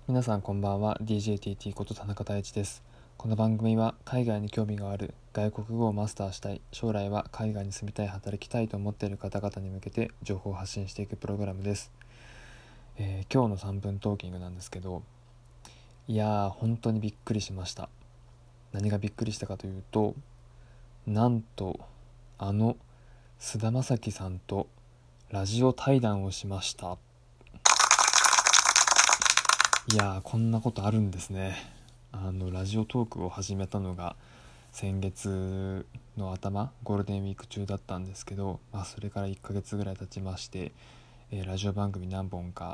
皆さんこんばんは。 DJTT こと田中太一です。この番組は海外に興味がある、外国語をマスターしたい、将来は海外に住みたい、働きたいと思っている方々に向けて情報を発信していくプログラムです。今日の3分トーキングなんですけど、いやー本当にびっくりしました。何がびっくりしたかというと、なんと菅田将暉さんとラジオ対談をしました。いやーこんなことあるんですね。ラジオトークを始めたのが先月の頭、ゴールデンウィーク中だったんですけど、それから1ヶ月ぐらい経ちまして、ラジオ番組じゃ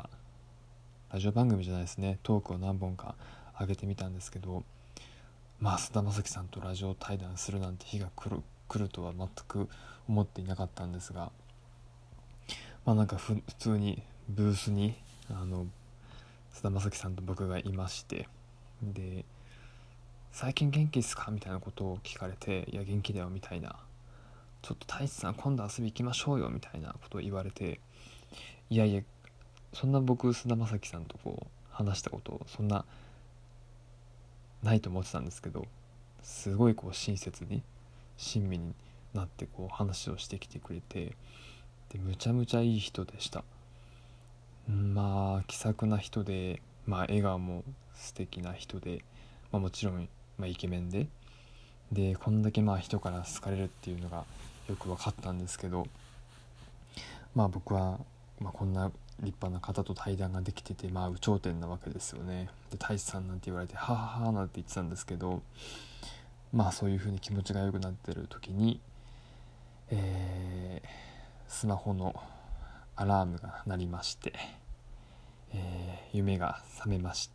ないですね、トークを何本か上げてみたんですけど、菅田将暉さんとラジオ対談するなんて日が来るとは全く思っていなかったんですが、なんか普通にブースに菅田将暉さんと僕がいまして、で最近元気ですかみたいなことを聞かれて、いや元気だよみたいな、ちょっと太一さん今度遊び行きましょうよみたいなことを言われて、いやいやそんな僕菅田将暉さんと話したことそんなないと思ってたんですけど、すごい親切に親身になって話をしてきてくれて、でむちゃむちゃいい人でした。気さくな人で、笑顔も素敵な人で、もちろん、イケメンで、こんだけ人から好かれるっていうのがよく分かったんですけど、僕は、こんな立派な方と対談ができてて、有頂天なわけですよね。で太一さんなんて言われてはははなんて言ってたんですけど、そういう風に気持ちが良くなってる時に、スマホのアラームが鳴りまして、夢から覚めました。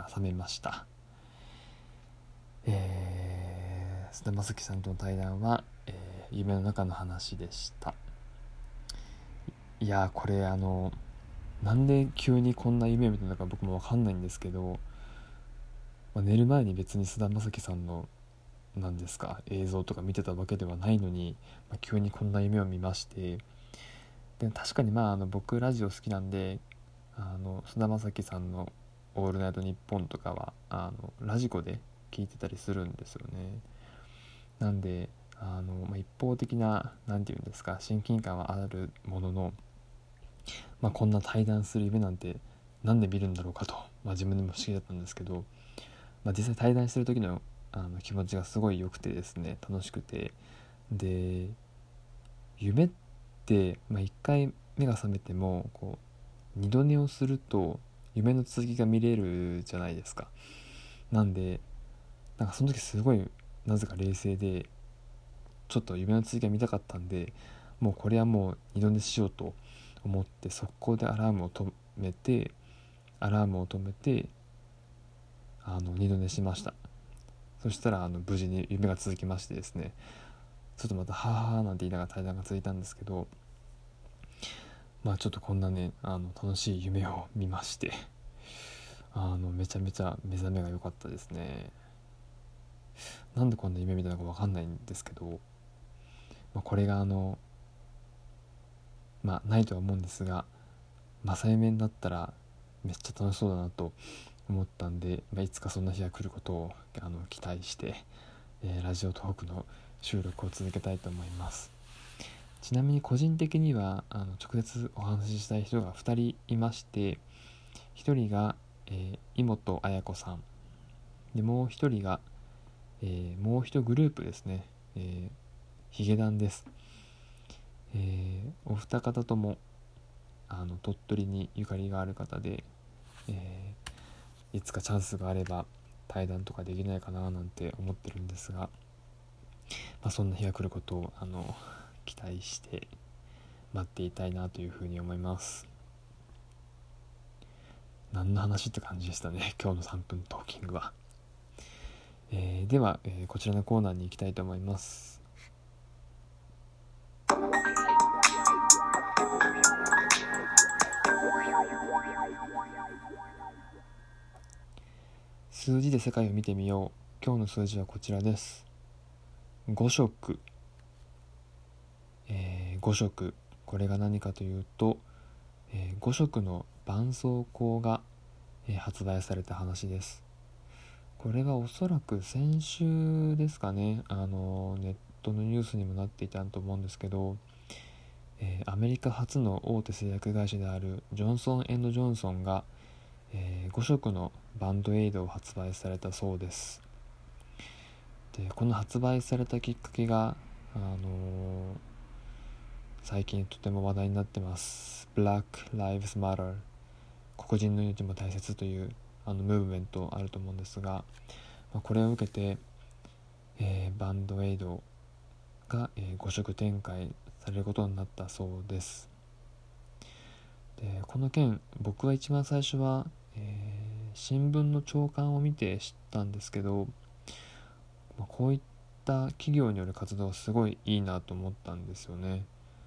菅田将暉さんとの対談は、夢の中の話でした。いやこれなんで急にこんな夢を見たのか僕も分かんないんですけど、寝る前に別に菅田将暉さんの映像とか見てたわけではないのに、急にこんな夢を見まして、で確かに僕ラジオ好きなんで、菅田将暉さんのオールナイトニッポンとかはラジコで聞いてたりするんですよね。なんで一方的ななんていうんですか、親近感はあるものの、こんな対談する夢なんてなんで見るんだろうかと、自分でも不思議だったんですけど、実際対談してる時の気持ちがすごい良くてですね、楽しくて、で夢って一回目が覚めても二度寝をすると夢の続きが見れるじゃないですか。なんでその時すごいなぜか冷静で、ちょっと夢の続きが見たかったんで、もうこれはもう二度寝しようと思って速攻でアラームを止めて二度寝しました。そしたら無事に夢が続きましてですね、ちょっとまたはははなんて言いながら対談が続いたんですけど、ちょっとこんなね楽しい夢を見まして、めちゃめちゃ目覚めが良かったですね。なんでこんな夢見たのか分かんないんですけど、これがないとは思うんですが、正夢になったらめっちゃ楽しそうだなと思ったんで、いつかそんな日が来ることを期待して、ラジオトークの収録を続けたいと思います。ちなみに個人的には直接お話ししたい人が2人いまして、1人が、井本彩子さんで、もう1人が、もう1グループですね、ヒゲダンです。お二方とも鳥取にゆかりがある方で、いつかチャンスがあれば対談とかできないかななんて思ってるんですが、そんな日が来ることを期待して待っていたいなというふうに思います。何の話って感じでしたね、今日の3分トーキングは。では、こちらのコーナーに行きたいと思います。数字で世界を見てみよう。今日の数字はこちらです。5色、5色、これが何かというと、5色の絆創膏が、 発売された話です。これはおそらく先週ですかね、ネットのニュースにもなっていたと思うんですけど、アメリカ初の大手製薬会社であるジョンソン&ジョンソンが、5色のバンドエイドを発売されたそうです。でこの発売されたきっかけが、最近とても話題になってます Black Lives Matter、 黒人の命も大切というムーブメントあると思うんですが、これを受けて、バンドエイドが、5色展開されることになったそうです。でこの件、僕は一番最初は、新聞の朝刊を見て知ったんですけど、こういった企業による活動はすごいいいなと思ったんですよね。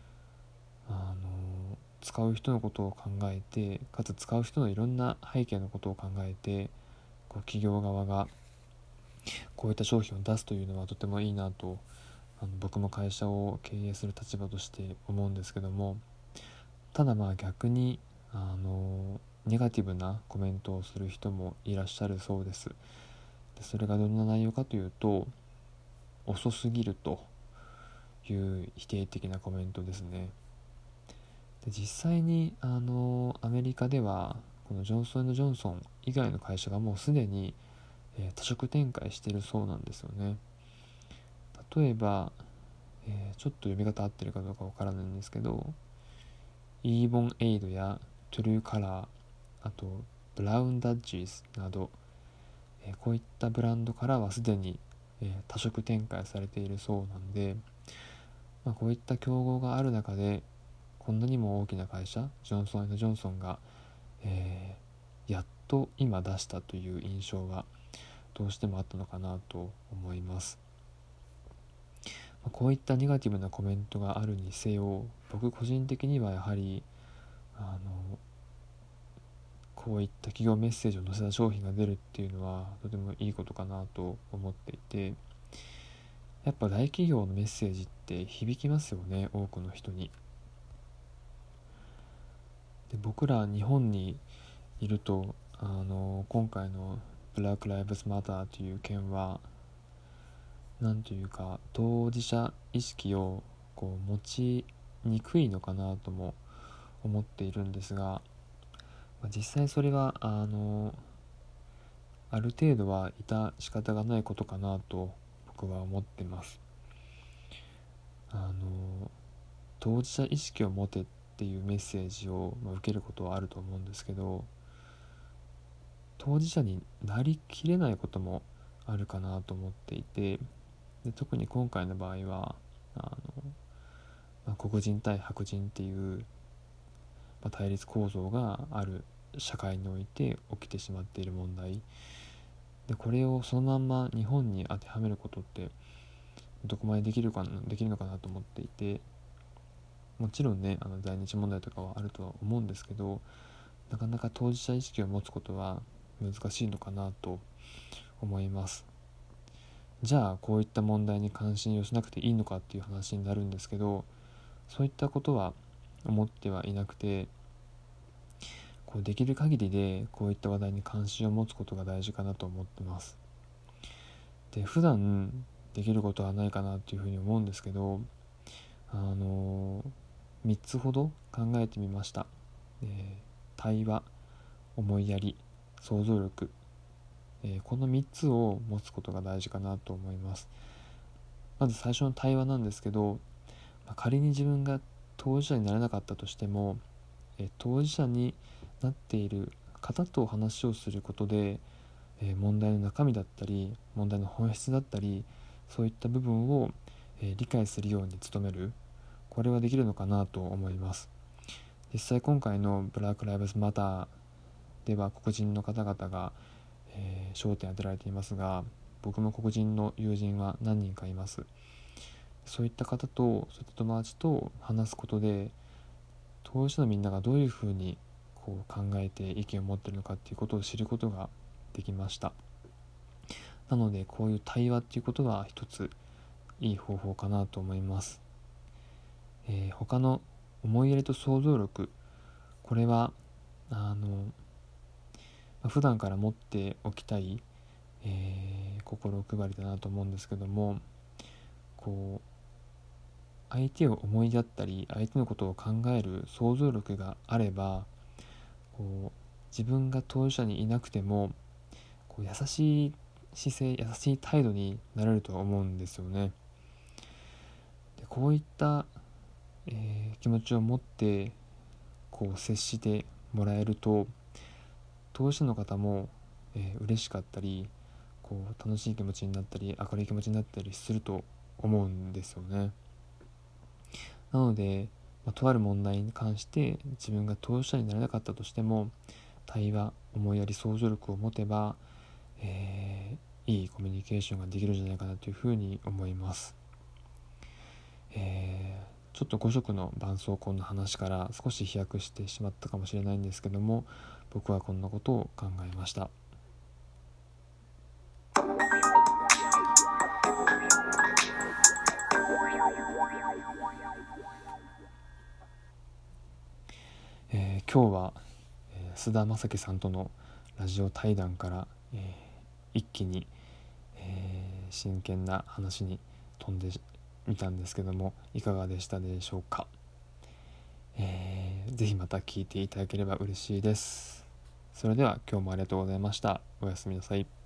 使う人のことを考えて、かつ使う人のいろんな背景のことを考えて、企業側がこういった商品を出すというのはとてもいいなと、僕も会社を経営する立場として思うんですけども、ただ逆にネガティブなコメントをする人もいらっしゃるそうです。でそれがどんな内容かというと、遅すぎるという否定的なコメントですね。で実際にアメリカではこのジョンソン&ジョンソン以外の会社がもうすでに、多色展開しているそうなんですよね。例えば、ちょっと読み方合ってるかどうかわからないんですけど、イーボンエイドやトゥルーカラー、あとブラウンダッジーズなど、こういったブランドからはすでに、多色展開されているそうなんで、こういった競合がある中でこんなにも大きな会社ジョンソン&ジョンソンが、やっと今出したという印象がどうしてもあったのかなと思います。こういったネガティブなコメントがあるにせよ、僕個人的にはやはりこういった企業メッセージを載せた商品が出るっていうのはとてもいいことかなと思っていて、やっぱ大企業のメッセージって響きますよね、多くの人に。で僕ら日本にいると今回のブラック・ライブズ・マターという件はなんというか当事者意識を持ちにくいのかなとも思っているんですが、実際それはある程度は仕方がないことかなと僕は思ってます。当事者意識を持てっていうメッセージを、受けることはあると思うんですけど、当事者になりきれないこともあるかなと思っていて、で特に今回の場合は黒人対白人っていう、対立構造がある社会において起きてしまっている問題で、これをそのまんま日本に当てはめることってどこまでできるのかなと思っていて、もちろんね在日問題とかはあるとは思うんですけど、なかなか当事者意識を持つことは難しいのかなと思います。じゃあこういった問題に関心をしなくていいのかっていう話になるんですけど、そういったことは思ってはいなくて、できる限りでこういった話題に関心を持つことが大事かなと思ってます。で普段できることはないかなというふうに思うんですけど、3つほど考えてみました。対話、思いやり、想像力、この3つを持つことが大事かなと思います。まず最初の対話なんですけど、仮に自分が当事者になれなかったとしても、当事者になっている方と話をすることで、問題の中身だったり問題の本質だったり、そういった部分を、理解するように努める、これはできるのかなと思います。実際今回のブラック・ライブズ・マターでは黒人の方々が、焦点当てられていますが、僕も黒人の友人は何人かいます。そういった方とそういった友達と話すことで、当事者のみんながどういうふうに考えて意見を持っているのかっていうことを知ることができました。なのでこういう対話っていうことは一ついい方法かなと思います。他の思いやりと想像力、これは普段から持っておきたい、心配りだなと思うんですけども、こう相手を思いやったり相手のことを考える想像力があれば、自分が当事者にいなくても優しい姿勢、優しい態度になれるとは思うんですよね。でこういった、気持ちを持って接してもらえると、当事者の方も、嬉しかったり楽しい気持ちになったり明るい気持ちになったりすると思うんですよね。なので、とある問題に関して自分が当事者になれなかったとしても、対話、思いやり、想像力を持てば、いいコミュニケーションができるんじゃないかなというふうに思います。ちょっと5色の絆創膏の話から少し飛躍してしまったかもしれないんですけども、僕はこんなことを考えました。今日は、菅田将暉さんとのラジオ対談から、一気に、真剣な話に飛んでみたんですけども、いかがでしたでしょうか。ぜひまた聞いていただければ嬉しいです。それでは今日もありがとうございました。おやすみなさい。